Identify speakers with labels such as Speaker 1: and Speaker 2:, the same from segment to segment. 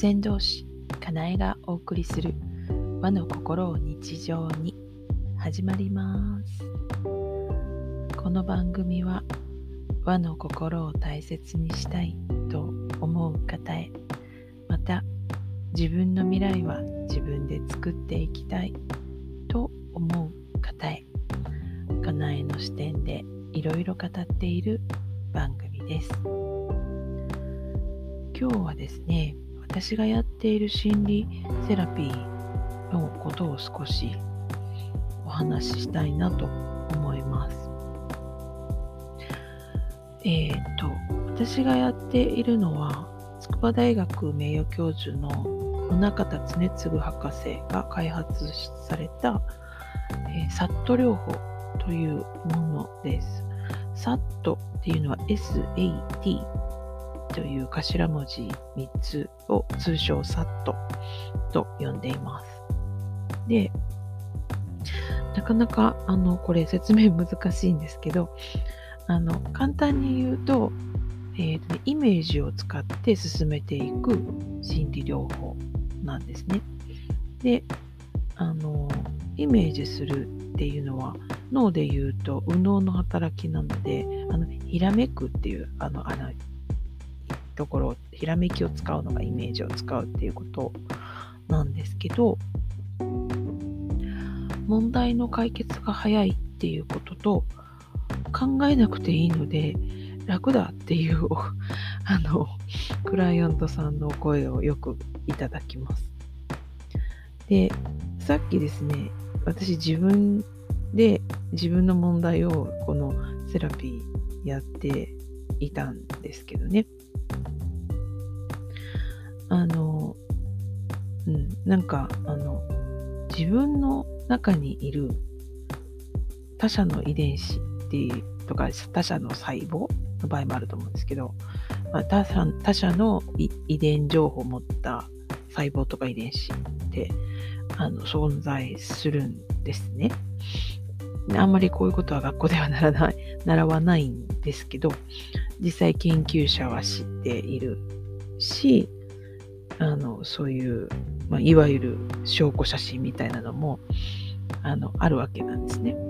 Speaker 1: 先導師かなえがお送りする和の心を日常に始まります。この番組は和の心を大切にしたいと思う方へ、また自分の未来は自分で作っていきたいと思う方へ、かなえの視点でいろいろ語っている番組です。今日はですね、私がやっている心理セラピーのことを少しお話ししたいなと思います。私がやっているのは筑波大学名誉教授の宗像常次博士が開発された、サット療法というものです。サットっていうのは SAT という頭文字3つを通称サットと呼んでいます。で、なかなかこれ説明難しいんですけど、簡単に言うと、イメージを使って進めていく心理療法なんですね。で、イメージするっていうのは脳で言うと右脳の働きなので、ひらめくっていうところ、ひらめきを使うのがイメージを使うっていうことなんですけど、問題の解決が早いっていうことと、考えなくていいので楽だっていうクライアントさんの声をよくいただきます。で、さっきですね、私自分で自分の問題をこのセラピーやっていたんですけどね、自分の中にいる他者の遺伝子っていうとか他者の細胞の場合もあると思うんですけど、他者の遺伝情報を持った細胞とか遺伝子って存在するんですね。あんまりこういうことは学校では習わないんですけど、実際研究者は知っているし、そういう、いわゆる証拠写真みたいなのもあるわけなんですね。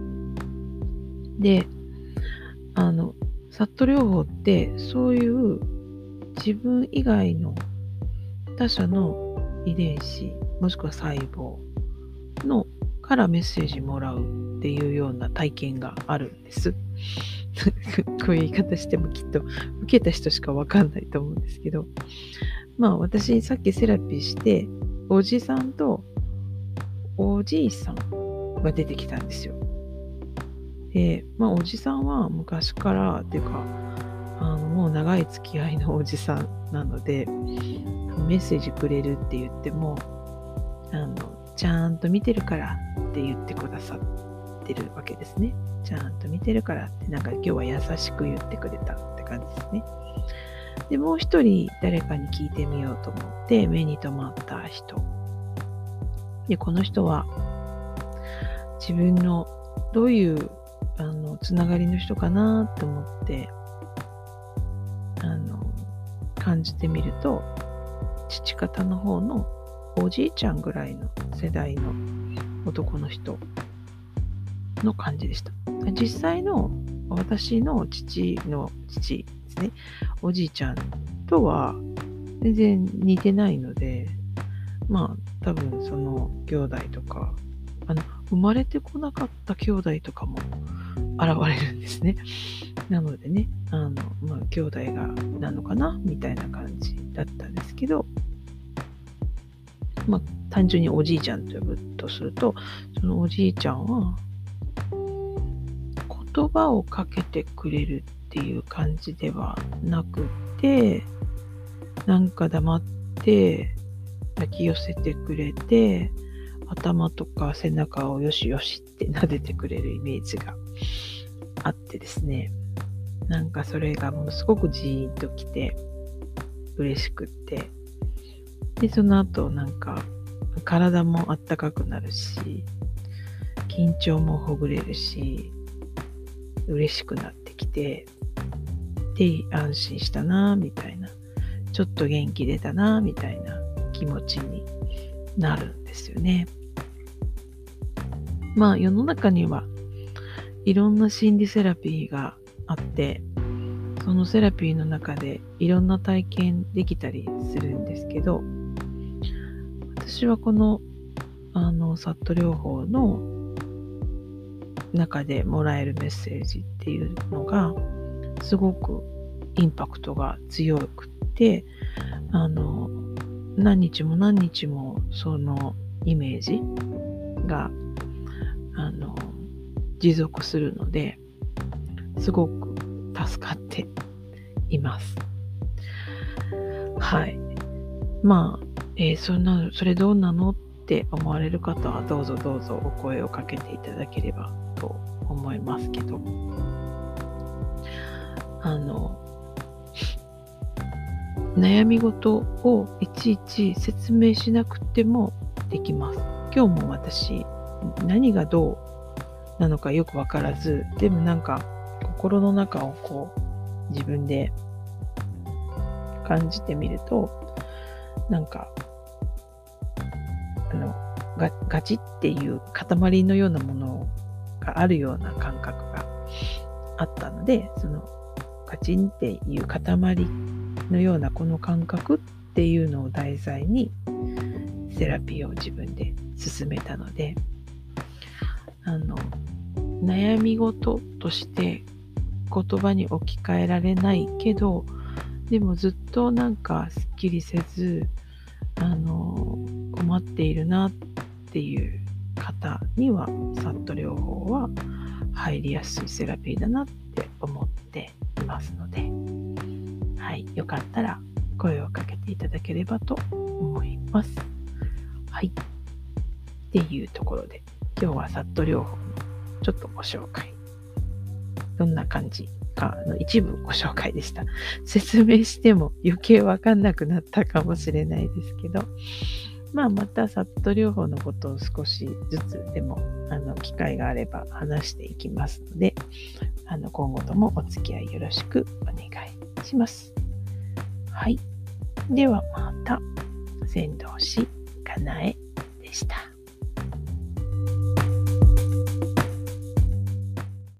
Speaker 1: で、サット療法ってそういう自分以外の他者の遺伝子もしくは細胞のからメッセージもらうっていうような体験があるんです。こういう言い方してもきっと受けた人しかわかんないと思うんですけど、私さっきセラピーしておじさんとおじいさんが出てきたんですよ。で、おじさんは昔からっていうかもう長い付き合いのおじさんなので、メッセージくれるって言ってもちゃんと見てるからって言ってくださってるわけですね。ちゃんと見てるからって今日は優しく言ってくれたって感じですね。で、もう一人誰かに聞いてみようと思って目に留まった人で、この人は自分のどういうつながりの人かなと思って感じてみると、父方の方のおじいちゃんぐらいの世代の男の人の感じでした。実際の私の父ですね、おじいちゃんとは全然似てないので、多分その兄弟とか生まれてこなかった兄弟とかも現れるんですね。なのでね、兄弟がなのかなみたいな感じだったんですけど、単純におじいちゃんと呼ぶとすると、そのおじいちゃんは言葉をかけてくれるっていう感じではなくて、黙って抱き寄せてくれて、頭とか背中をよしよしって撫でてくれるイメージがあってですね、それがものすごくジーンときて嬉しくって、でその後体もあったかくなるし、緊張もほぐれるし、嬉しくなってきて、で安心したなみたいな、 ちょっと元気出たなみたいな気持ちになるんですよね。まあ世の中にはいろんな心理セラピーがあって、そのセラピーの中でいろんな体験できたりするんですけど、私はこのサット療法の中でもらえるメッセージっていうのがすごくインパクトが強くって、何日も何日もそのイメージが持続するので、すごく助かっています。はい。まあ、それどうなのって思われる方はどうぞお声をかけていただければと思いますけど、悩み事をいちいち説明しなくてもできます。今日も私、何がどうなのかよくわからず、でもなんか心の中をこう自分で感じてみると、なんかガチっていう塊のようなものがあるような感覚があったので、そのガチンっていう塊のようなこの感覚っていうのを題材にセラピーを自分で進めたので、悩み事として言葉に置き換えられないけど、でもずっとなんかすっきりせず困っているなっていう方にはサット療法は入りやすいセラピーだなって思っていますので、はい、よかったら声をかけていただければと思います。はい、っていうところで今日はサット療法のちょっとご紹介、どんな感じかの一部ご紹介でした。説明しても余計わかんなくなったかもしれないですけど、またサット療法のことを少しずつでも機会があれば話していきますので、今後ともお付き合いよろしくお願いします。はい。ではまた、先導師かなえでした。